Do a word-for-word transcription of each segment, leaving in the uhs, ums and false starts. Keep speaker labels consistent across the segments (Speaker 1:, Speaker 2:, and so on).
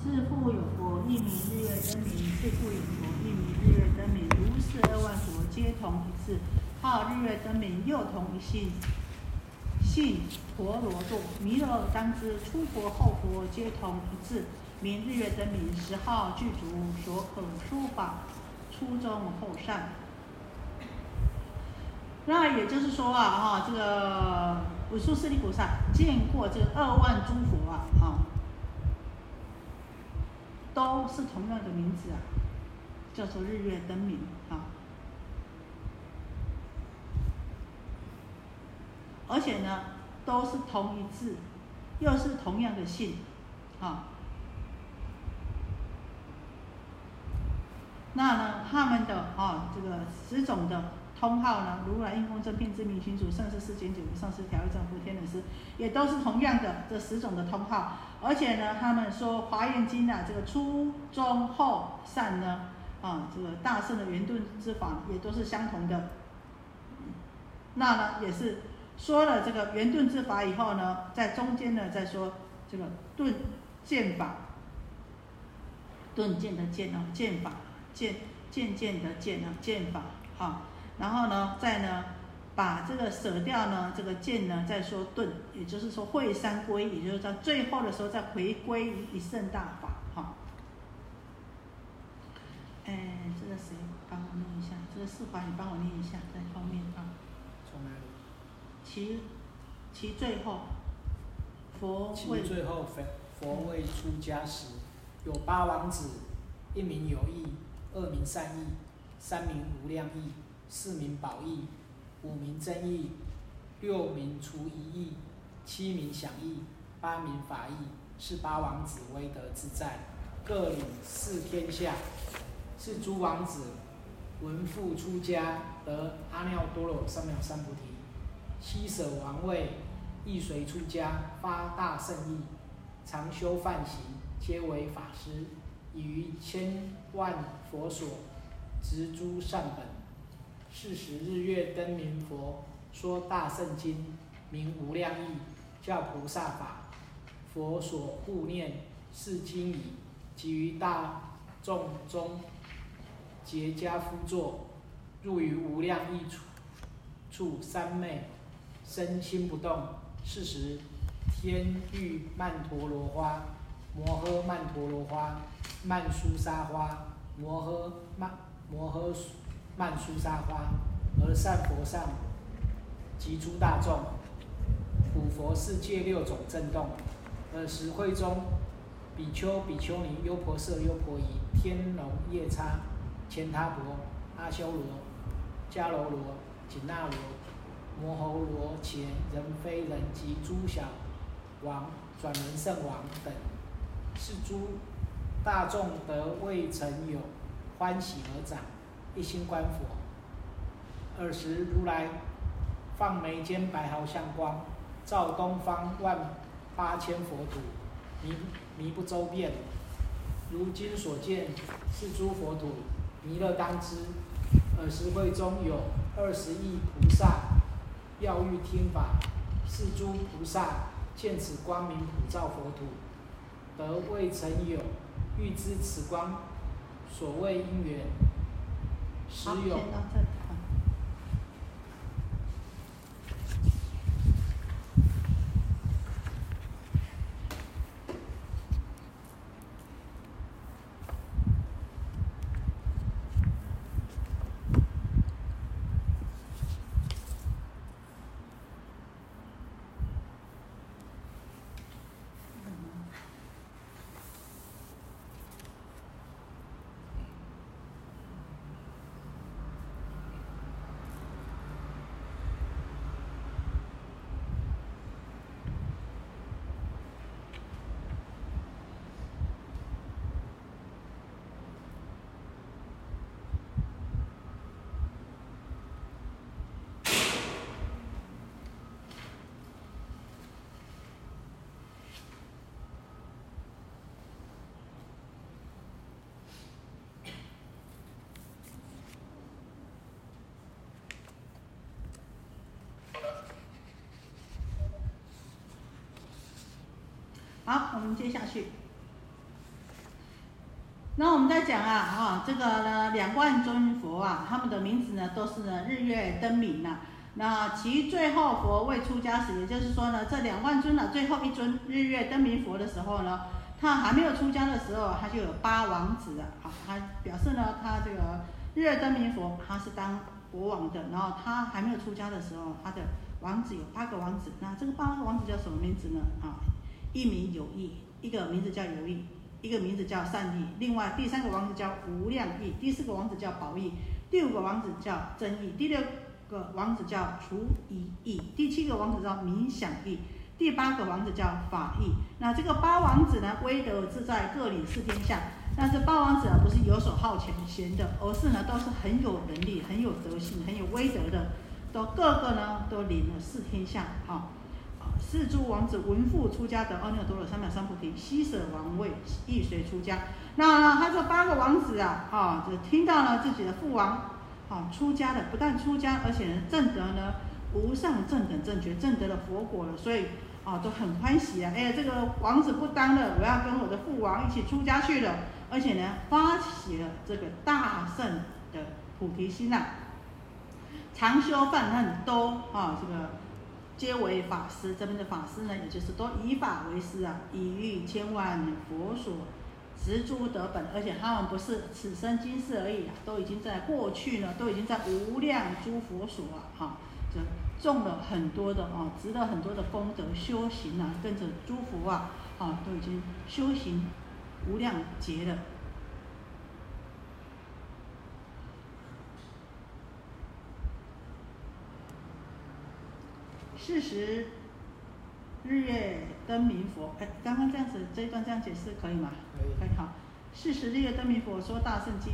Speaker 1: 自复有佛，一名日月灯明；自复有佛，一名日月灯明。如是二万佛，皆同一字，号日月灯明，又同一性，性陀罗度。弥勒当知，初佛后佛皆同一字，名日月灯明。十号具足，所可说法，初中后善。那也就是说啊，哈，这个文殊师利菩萨见过这二万诸佛啊，哈，都是同样的名字啊，叫做日月灯明啊。而且呢，都是同一字，又是同样的姓，啊。那呢，他们的啊这个十种的通号呢，如来应供正遍知明行主圣世世间九无上师调御正佛天人师，也都是同样的这十种的通号。而且呢，他们说华严经啊，这个初中后善呢，啊这个大圣的圆顿之法也都是相同的。那呢，也是说了这个圆顿之法以后呢，在中间呢再说这个顿渐法，顿渐的渐啊，渐法。渐渐渐的渐啊，渐法啊，然后呢，再呢把这个舍掉呢，这个渐呢，再说顿，也就是说会三归，也就是在最后的时候再回归于一圣大法哈。哎，这个谁帮我念一下？这个四环你帮我念一下，在后面啊。
Speaker 2: 从哪里？
Speaker 1: 其其最后，佛
Speaker 2: 其最后佛佛未出家时，有八王子，一名有义。二名善意，三名无量义，四名宝义，五名真义，六名除一义，七名享义，八名法义，是八王子威德自在，各领四天下。是诸王子闻复出家，得阿耨多罗三藐三菩提，悉舍王位，亦随出家，发大圣意，常修梵行，皆为法师。已于千万佛所植诸善本。是时日月灯明佛说大圣经，名无量义，教菩萨法。佛所护念是经已，即于大众中结跏趺坐，入于无量义处，处三昧，身心不动。是时天欲曼陀罗花、摩诃曼陀罗花、曼殊沙花、摩诃曼摩诃曼殊沙花，而善佛上及诸大众，普佛世界六种震动。尔时会中比丘、比丘尼、优婆塞、优婆夷、天龙夜叉、乾闼婆、阿修罗、迦楼罗、紧那罗、摩喉罗伽、人非人及诸小王、转轮圣王等，是诸大众得未曾有欢喜而长，一心观佛。尔时如来放眉间白毫相光，照东方万八千佛土，弥弥不周遍。如今所见是诸佛土，弥勒当知。尔时会中有二十亿菩萨，要欲听法。是诸菩萨见此光明普照佛土，得未曾有欲知此光所谓因缘。时有。
Speaker 1: 好，我们接下去。 那我们在讲啊，啊，这个呢，两万尊佛啊，他们的名字呢都是呢日月灯明啊。那其最后佛未出家时，也就是说呢，这两万尊呢、啊，最后一尊日月灯明佛的时候呢，他还没有出家的时候，他就有八王子啊，好，他表示呢，他这个日月灯明佛他是当国王的，然后他还没有出家的时候，他的王子有八个王子，那这个八个王子叫什么名字呢？啊，一名有义，一个名字叫有义。一个名字叫善义，另外第三个王子叫无量义，第四个王子叫宝义，第五个王子叫真义，第六个王子叫除疑义，第七个王子叫冥想义，第八个王子叫法义。那这个八王子呢，威德自在，各领四天下。那这八王子啊，不是游手好闲的，而是呢都是很有能力、很有德性、很有威德的，都各个呢都领了四天下啊。四诸王子闻父出家得阿耨多罗三藐三菩提，悉舍王位，亦随出家。那他这八个王子啊，啊，就听到了自己的父王啊出家了，不但出家，而且呢证得呢无上正等正觉，证得了佛果了，所以啊都很欢喜啊。哎，这个王子不当了，我要跟我的父王一起出家去了，而且呢发起了这个大圣的菩提心啊，常修梵恨都啊这个。皆为法师，这边的法师呢，也就是都以法为师啊，以欲千万佛所植诸得本，而且他们不是此生今世而已啊，都已经在过去呢，都已经在无量诸佛所啊，哈，就种了很多的啊，植了很多的功德修行啊，跟着诸佛啊，啊，都已经修行无量劫了。事实日月灯明佛，哎，刚刚这样子这一段这样解释可以吗？
Speaker 2: 可以。
Speaker 1: 可以好。事实日月灯明佛说大圣经，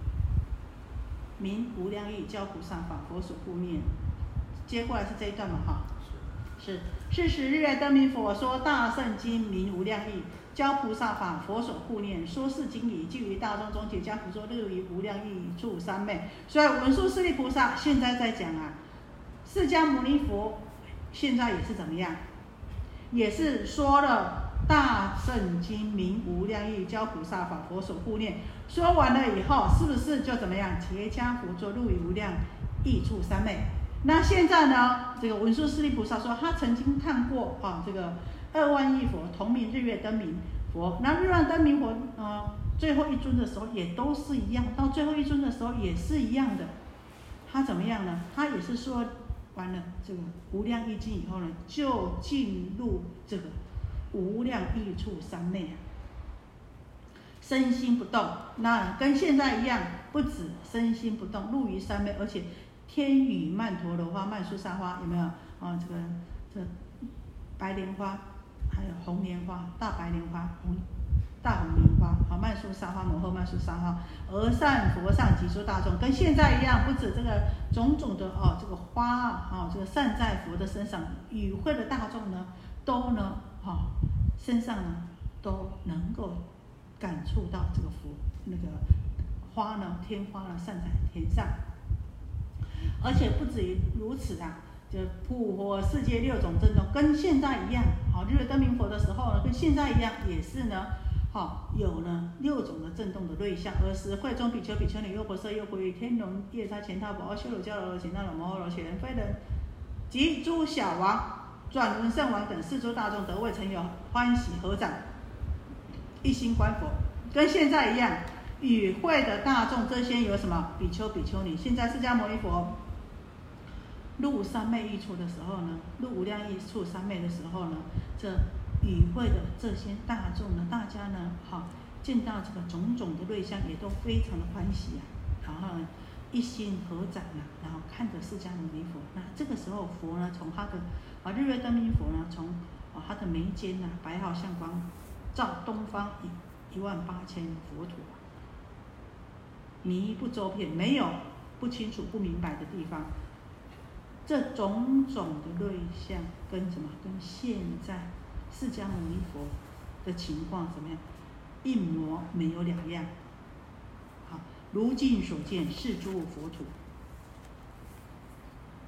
Speaker 1: 名无量义，教菩萨法，佛所护念。接过来是这一段嘛，哈。是。事实日月灯明佛说大圣经，名无量义，教菩萨法，佛所护念。说是经已，具于大众中，解迦佛说乐于无量义，处三昧。所以文殊师利菩萨现在在讲啊，释迦牟尼佛。现在也是怎么样？也是说了大圣经，名无量义，教菩萨法，佛所护念。说完了以后，是不是就怎么样？结迦佛说入于无量义处三昧。那现在呢？这个文殊师利菩萨说，他曾经看过啊，这个二万亿佛同名日月灯明佛。那日月灯明佛，呃，最后一尊的时候也都是一样，到最后一尊的时候也是一样的。他怎么样呢？他也是说。完了这个无量义经以后呢，就进入这个无量义处三昧啊，身心不动。那跟现在一样，不止身心不动，入于三昧，而且天雨曼陀罗花、曼殊沙花有没有啊？这个这个白莲花，还有红莲花、大白莲花、红大红莲花，好，曼殊沙花、摩诃曼殊沙花，而善佛上及诸大众，跟现在一样，不止这个种种的哦，这个花啊，哦，这个散在佛的身上，与会的大众呢，都呢，哦，身上呢，都能够感触到这个佛那个花呢，天花呢散在天上，而且不止于如此啊。就普佛世界六种震动，跟现在一样，好，日月灯明佛的时候呢，跟现在一样，也是呢。好，有呢六种的震动的瑞相，而时会中比丘、比丘尼、优婆塞、优婆夷、天龙、夜叉、乾闥、婆诃、修罗、迦楼罗、紧那罗、摩诃罗、雪人、非人及诸小王、转轮圣王等四诸大众得未成有，欢喜合掌，一心观佛，跟现在一样。与会的大众这些有什么？比丘、比丘尼。现在释迦牟尼佛入三昧一处的时候呢，入无量义处三昧的时候呢，这与会的这些大众呢，大家呢，好见到这个种种的瑞相，也都非常的欢喜啊，然后呢，一心合掌啊，然后看着释迦牟尼佛。那这个时候佛呢，从他的啊日月灯明佛呢，从啊他的眉间呐、啊，白毫相光照东方一一万八千佛土啊，迷不周遍，没有不清楚不明白的地方。这种种的瑞相跟什么？跟现在释迦牟尼佛的情况怎么样？一模没有两样。好，如镜所见，是诸佛土。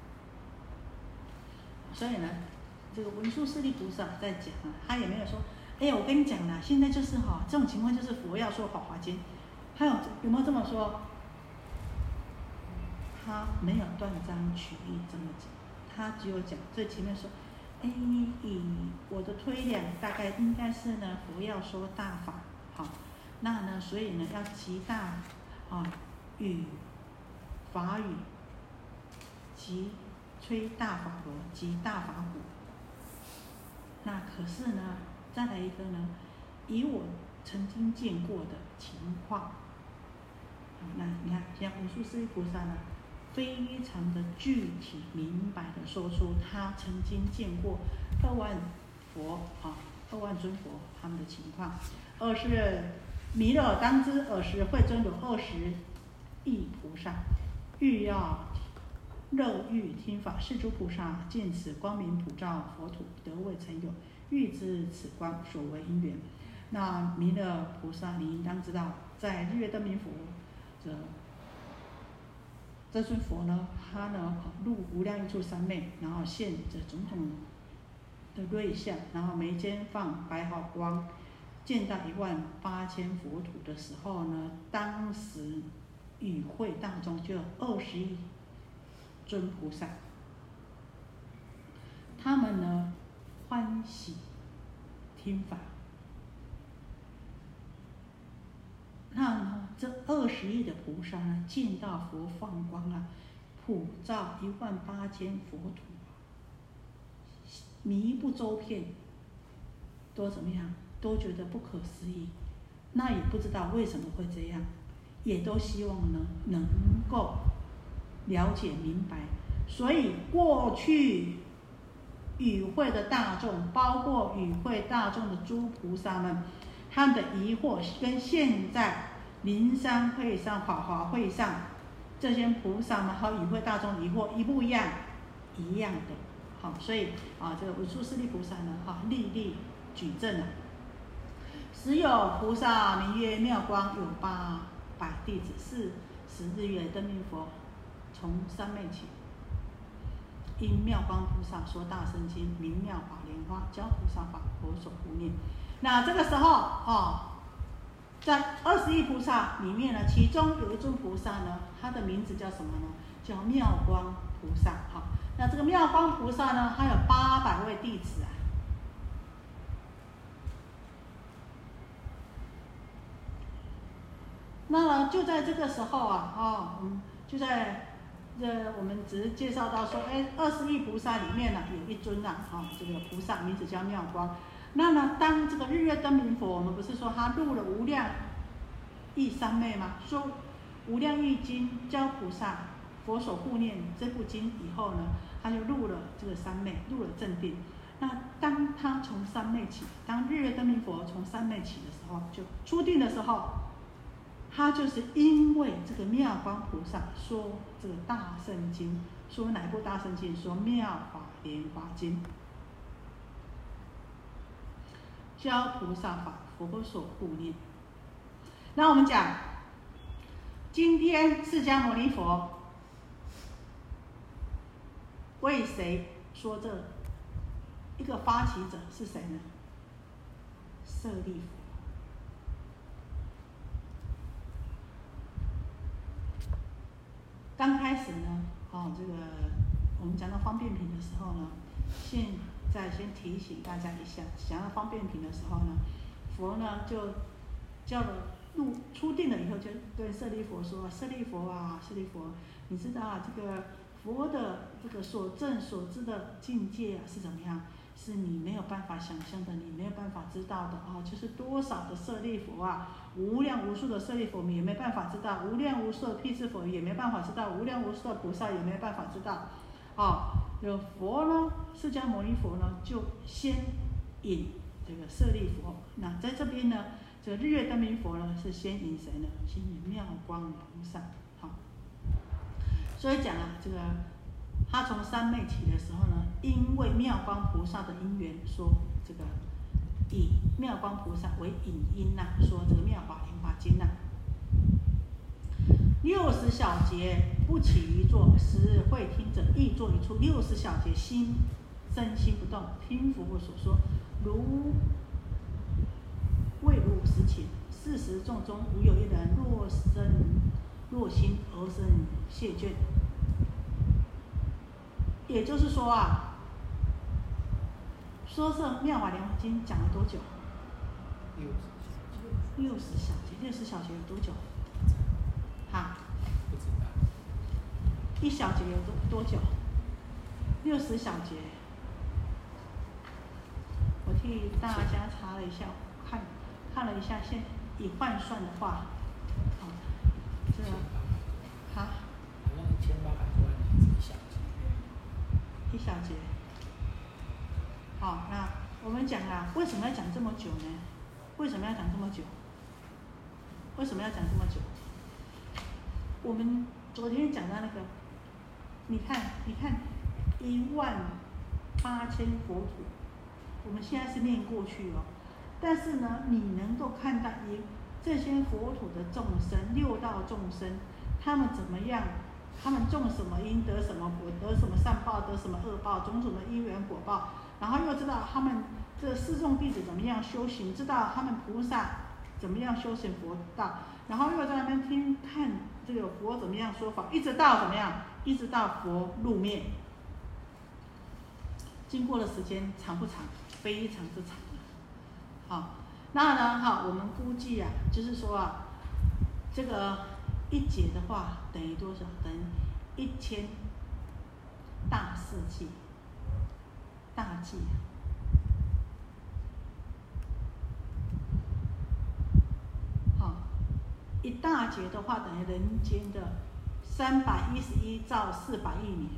Speaker 1: 所以呢，这个文殊师利菩萨在讲啊，他也没有说， 哎，我跟你讲啦，现在就是哈、哦，这种情况就是佛要说《法华经》，还有有没有这么说？他没有断章取义这么讲，他只有讲最前面说，哎，以我的推量，大概应该是呢，佛要说大法，好，那呢，所以呢，要极大啊语法语，极吹大法螺，极大法鼓。那可是呢，再来一个呢，以我曾经见过的情况，那你看，像文殊师利菩萨呢，非常的具体明白的说出他曾经见过二万佛啊，二万尊佛他们的情况。二是弥勒当知，尔时会中有二十亿菩萨，欲要乐欲听法，是诸菩萨见此光明普照佛土，得未曾有，欲知此光所为因缘。那弥勒菩萨，你应当知道，在日月灯明佛这这尊佛呢，他呢入无量义处三昧，然后现着种种的瑞相，然后眉间放白毫光，见到一万八千佛土的时候呢，当时与会大众就有二十亿尊菩萨，他们呢欢喜听法。那呢，这二十亿的菩萨呢，见到佛放光啊，普照一万八千佛土，迷不周遍，都怎么样？都觉得不可思议。那也不知道为什么会这样，也都希望呢能够了解明白。所以过去与会的大众，包括与会大众的诸菩萨们，他们的疑惑跟现在灵山会上、法华会上这些菩萨们和与会大众疑惑一不一样？一样的。好，所以啊，这个文殊师利菩萨呢，哈、啊，历历举证了。时有菩萨名曰妙光，有八百弟子，是时日月灯明佛从三昧起，因妙光菩萨说大圣经，名妙法莲花，教菩萨法，佛所护念。那这个时候哦，在二十亿菩萨里面呢，其中有一尊菩萨呢，他的名字叫什么呢？叫妙光菩萨。好，那这个妙光菩萨呢，他有八百位弟子啊。那么就在这个时候啊，哦，嗯，就在这我们只是介绍到说，哎，二十亿菩萨里面呢，有一尊啊，哦，这个菩萨名字叫妙光。那呢，当这个日月灯明佛，我们不是说他入了无量义三昧吗？说无量义经教菩萨佛所护念这部经以后呢，他就入了这个三昧，入了正定。那当他从三昧起，当日月灯明佛从三昧起的时候，就出定的时候，他就是因为这个妙光菩萨说这个大圣经，说哪部大圣经？说妙法莲华经。教菩萨法，佛所护念。那我们讲，今天释迦牟尼佛为谁说这一个发起者是谁呢？舍利弗。刚开始呢，哦，这个我们讲到方便品的时候呢，现再先提醒大家一下，想要方便品的时候呢，佛呢就叫了入出定了以后，就对舍利弗说：“舍利弗啊，舍利弗，你知道啊，这个佛的这个所证所知的境界啊是怎么样？是你没有办法想象的，你没有办法知道的啊！就是多少的舍利弗啊，无量无数的舍利弗，也没办法知道；无量无数的辟支佛也没办法知道；无量无数的菩萨也没办法知道。啊，有佛呢，释迦牟尼佛呢，就先引这个舍利弗。那在这边呢，这个日月灯明佛呢，是先引谁呢？先引妙光菩萨。好，所以讲啊，这个。他从三昧起的时候呢，因为妙光菩萨的因缘，说这个以妙光菩萨为引因呐、啊，说这个妙法莲华经呐、啊。六十小节不起于坐，十日会听者亦坐一处。六十小节心身心不动，听佛所说，如自始众中无有一人若生若心而生谢倦。也就是说啊，说这妙法莲华经讲了多久？六十小节。六十小节有多久？哈？
Speaker 2: 不知道。
Speaker 1: 一小节有多多久？六十小节。我替大家查了一下，看看了一下，现以换算的话，好、哦，这个，哈？
Speaker 2: 好像一千八百多万年一小节。
Speaker 1: 一小节。好，那我们讲啊，为什么要讲这么久呢？为什么要讲这么久？为什么要讲这么久？我们昨天讲到那个，你看，你看，一万八千国土，我们现在是念过去哦，但是呢，你能够看到一这些佛土的众生，六道众生，他们怎么样？他们种什么因得什么果，得什么善报，得什么恶报，种种的因缘果报，然后又知道他们这四众弟子怎么样修行，知道他们菩萨怎么样修行佛道，然后又在那边听看这个佛怎么样说法，一直到怎么样，一直到佛入灭，经过的时间长不长？非常之长。好，那呢，哈，我们估计啊，就是说啊，这个一劫的话等于多少？等于一千大世纪，大纪啊。好，一大劫的话等于人间的三百一十一兆四百亿年。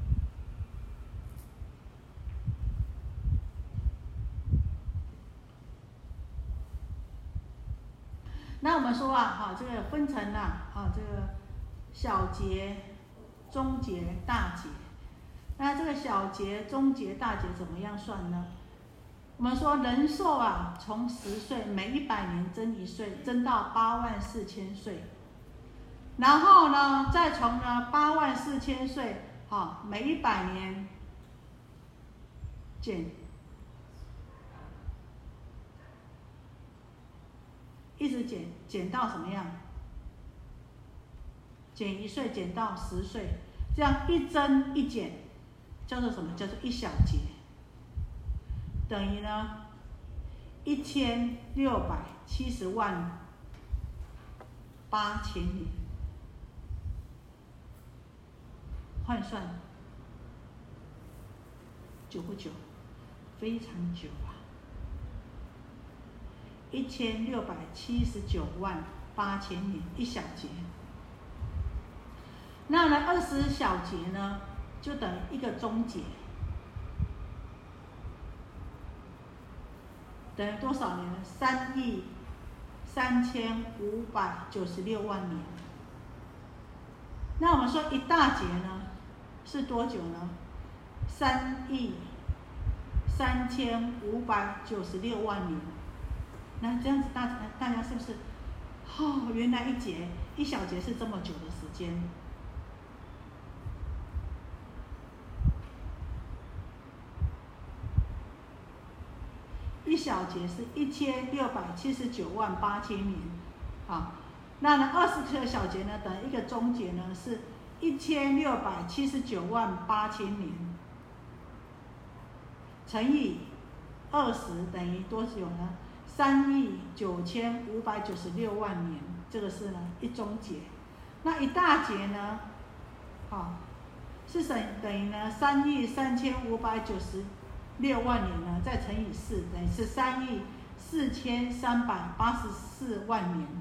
Speaker 1: 那我们说啊，哈，这个分成啊，啊，这个小劫、中劫、大劫。那这个小劫、中劫、大劫怎么样算呢？我们说人寿啊，从十岁每一百年增一岁，增到八万四千岁。然后呢，再从呢八万四千岁，好，每一百年减。一直减减到什么样？减一岁，减到十岁，这样一增一减，叫做什么？叫做一小节，等于呢一千六百七十万八千年。换算久不久？非常久啊！一千六百七十九万八千年一小节。那呢，二十小节呢，就等于一个中节，等于多少年呢？三亿三千五百九十六万年。那我们说一大节呢，是多久呢？三亿三千五百九十六万年。那这样子大家大家是不是？哦，原来一节一小节是这么久的时间。一小节是一千六百七十九万八千年，好，那呢二十个小节呢，等于一个中节呢是一千六百七十九万八千年，乘以二十等于多久呢？三亿九千五百九十六万年，这个是呢一中节。那一大节呢，好，是等等于呢三亿三千五百九十六万年呢，再乘以四，等于是三亿四千三百八十四万年。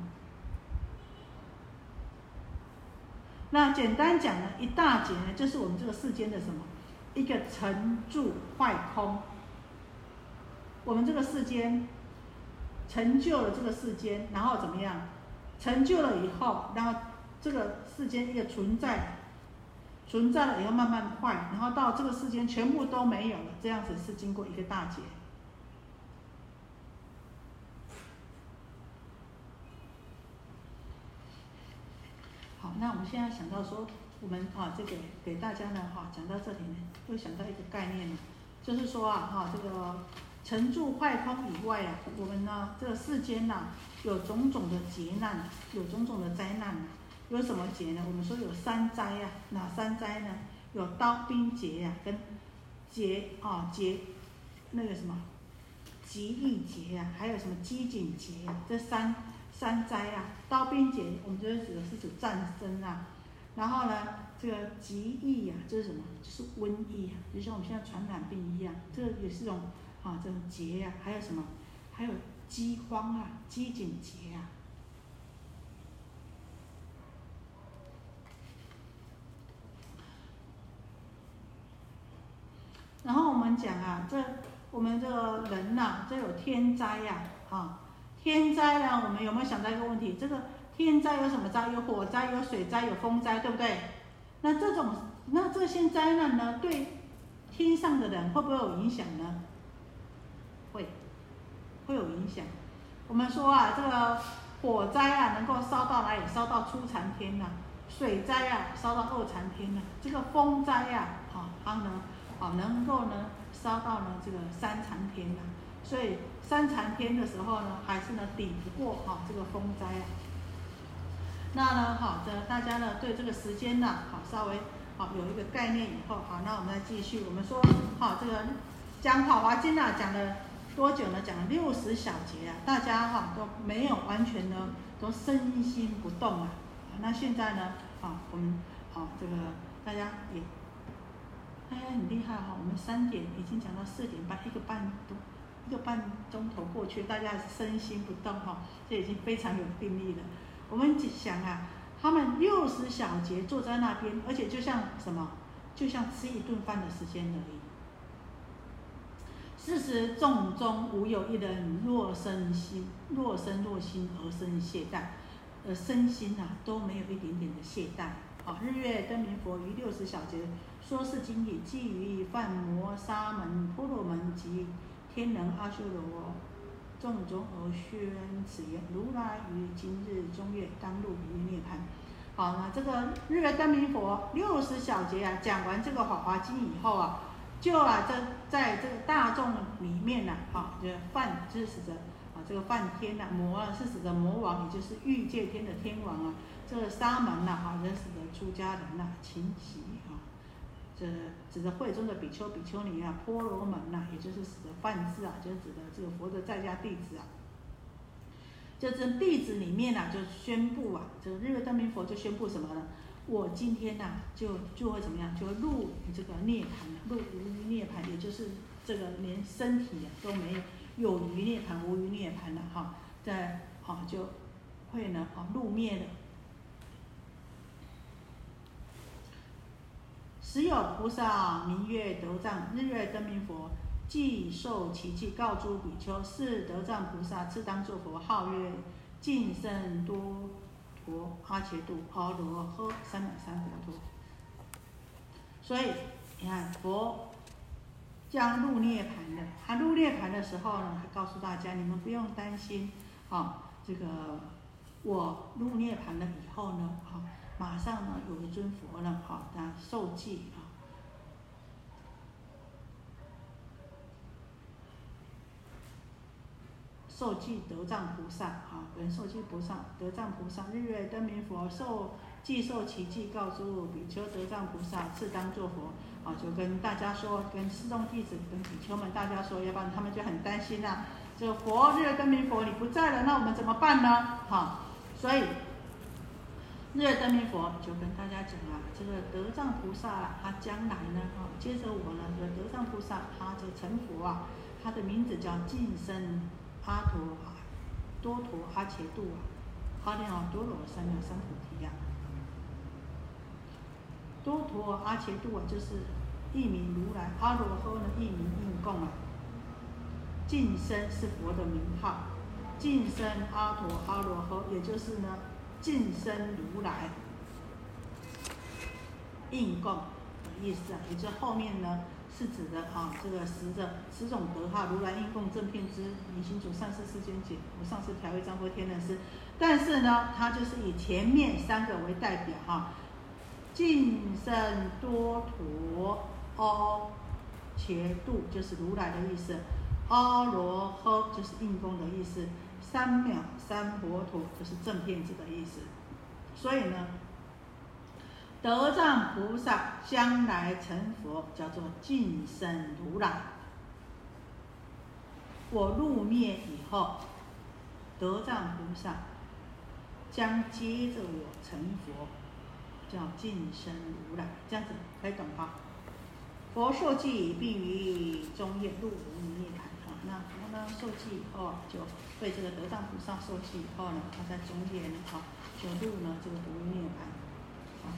Speaker 1: 那简单讲呢，一大节呢，就是我们这个世间的什么？一个成住坏空。我们这个世间成就了这个世间，然后怎么样？成就了以后，然后这个世间一个存在，存在了以后慢慢坏，然后到这个世间全部都没有了，这样子是经过一个大劫。好，那我们现在想到说，我们啊，这个给大家呢哈，讲到这里呢，又想到一个概念呢，就是说啊哈，这个成住坏空以外啊，我们呢这个世间呐、啊、有种种的劫难，有种种的灾难、啊。有什么劫呢？我们说有三灾啊，哪三灾呢？有刀兵劫呀、啊，跟劫啊劫那个什么疾疫劫呀，还有什么饥馑劫呀、啊，这三三灾啊。刀兵劫我们就是指的是指战争啊，然后呢，这个疾疫呀，这是什么？就是瘟疫啊，就像我们现在传染病一样，这个也是一种啊这种劫呀、啊。还有什么？还有饥荒啊，饥馑劫啊。然后我们讲啊，这我们这个人呐、啊，这有天灾呀、啊，啊，天灾呢，我们有没有想到一个问题？这个天灾有什么灾？有火灾，有水灾，有风灾，对不对？那这种那这些灾难呢，对天上的人会不会有影响呢？会，会有影响。我们说啊，这个火灾啊，能够烧到哪里？烧到初禅天呐、啊。水灾啊，烧到二禅天呐、啊。这个风灾啊，啊，它呢？好，能够呢烧到呢这个三禅天呐、啊，所以三禅天的时候呢，还是呢抵不过哈、啊、这个风灾啊。那呢好，这大家呢对这个时间呢好稍微好有一个概念以后，好，那我们再继续。我们说好这个讲《法华经》啊，讲了多久呢？讲了六十小节啊，大家哈都没有完全呢都身心不动啊。那现在呢，啊我们好这个大家也。哎呀，很厉害哈！我们三点已经讲到四点半，一个半多，一个半钟头过去，大家身心不动哈，这已经非常有定力了。我们想啊，他们六十小节坐在那边，而且就像什么，就像吃一顿饭的时间而已。事实众中无有一人若身心若身若心而生懈怠，而身心啊都没有一点点的懈怠。好，日月灯明佛于六十小节说是经已，基于梵摩沙门、婆罗门及天人阿修罗众中而宣此言：如来于今日中月当入于涅槃。好，那这个日月灯明佛六十小节啊，讲完这个《法华经》以后啊，就啊在在这个大众里面呢、啊，好，这梵就是指着啊这个梵天呐、啊，魔啊是指着魔王，也就是欲界天的天王啊。这个沙门呐、啊，好，人使得出家人呐、啊，勤习啊，这指的会中的比丘、比丘尼啊，婆罗门呐、啊，也就是指的梵字啊，就是指的这个佛的在家弟子啊。这这弟子里面啊，就宣布啊，这个日月灯明佛就宣布什么呢？我今天呐、啊，就就会怎么样？就会入这个涅槃了，入于涅槃，也就是这个连身体啊都没有，有于涅槃，无于涅槃了哈，在好就会呢，好入灭了。时有菩萨名曰德藏，日月灯明佛，既受其记，告诸比丘：是德藏菩萨，次当作佛，号曰净胜多陀阿伽度阿罗呵三藐三佛陀。所以你看，佛将入涅槃的，他入涅槃的时候呢，他告诉大家：你们不用担心，啊，这个我入涅槃了以后呢，啊。马上呢，有一尊佛呢，哈，他受记啊，受记德藏菩萨啊，人受记菩萨，德藏菩萨，日月灯明佛受记受其记，告诸比丘德藏菩萨，次当作佛啊，就跟大家说，跟释众弟子、跟比丘们大家说，要不然他们就很担心呐、啊，这个佛日月灯明佛你不在了，那我们怎么办呢？哈，所以。日月灯明佛就跟大家讲啊，这个德藏菩萨啊，他将来呢，啊，接着我呢，这个德藏菩萨他这成佛啊，他的名字叫净身阿陀多陀阿伽度啊，阿耨多罗三藐三菩提啊。多陀阿伽度啊，就是译名如来，阿罗呵呢译名应供啊。净身是佛的名号，净身阿陀阿罗呵，也就是呢。净身如来应供的意思啊，也就是后面呢是指的啊，这个十的十种德号，如来应供正遍知明心主上师世间解，无上师调御彰佛天人师。但是呢，它就是以前面三个为代表哈、啊，净身多陀阿伽度就是如来的意思， 阿罗诃就是应供的意思，三藐三佛陀就是正遍知的意思。所以呢，得藏菩萨将来成佛，叫做净身如来。我入灭以后，得藏菩萨将接着我成佛，叫净身如来。这样子可以懂哈？佛受记必于中夜入无涅盘啊。那佛呢受记以后，就被这个得藏菩萨受记以后呢，他在中夜呢，啊，就入呢这个无涅盘。啊，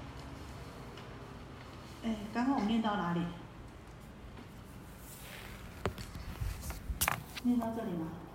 Speaker 1: 哎，刚刚我们念到哪里？念到这里吗？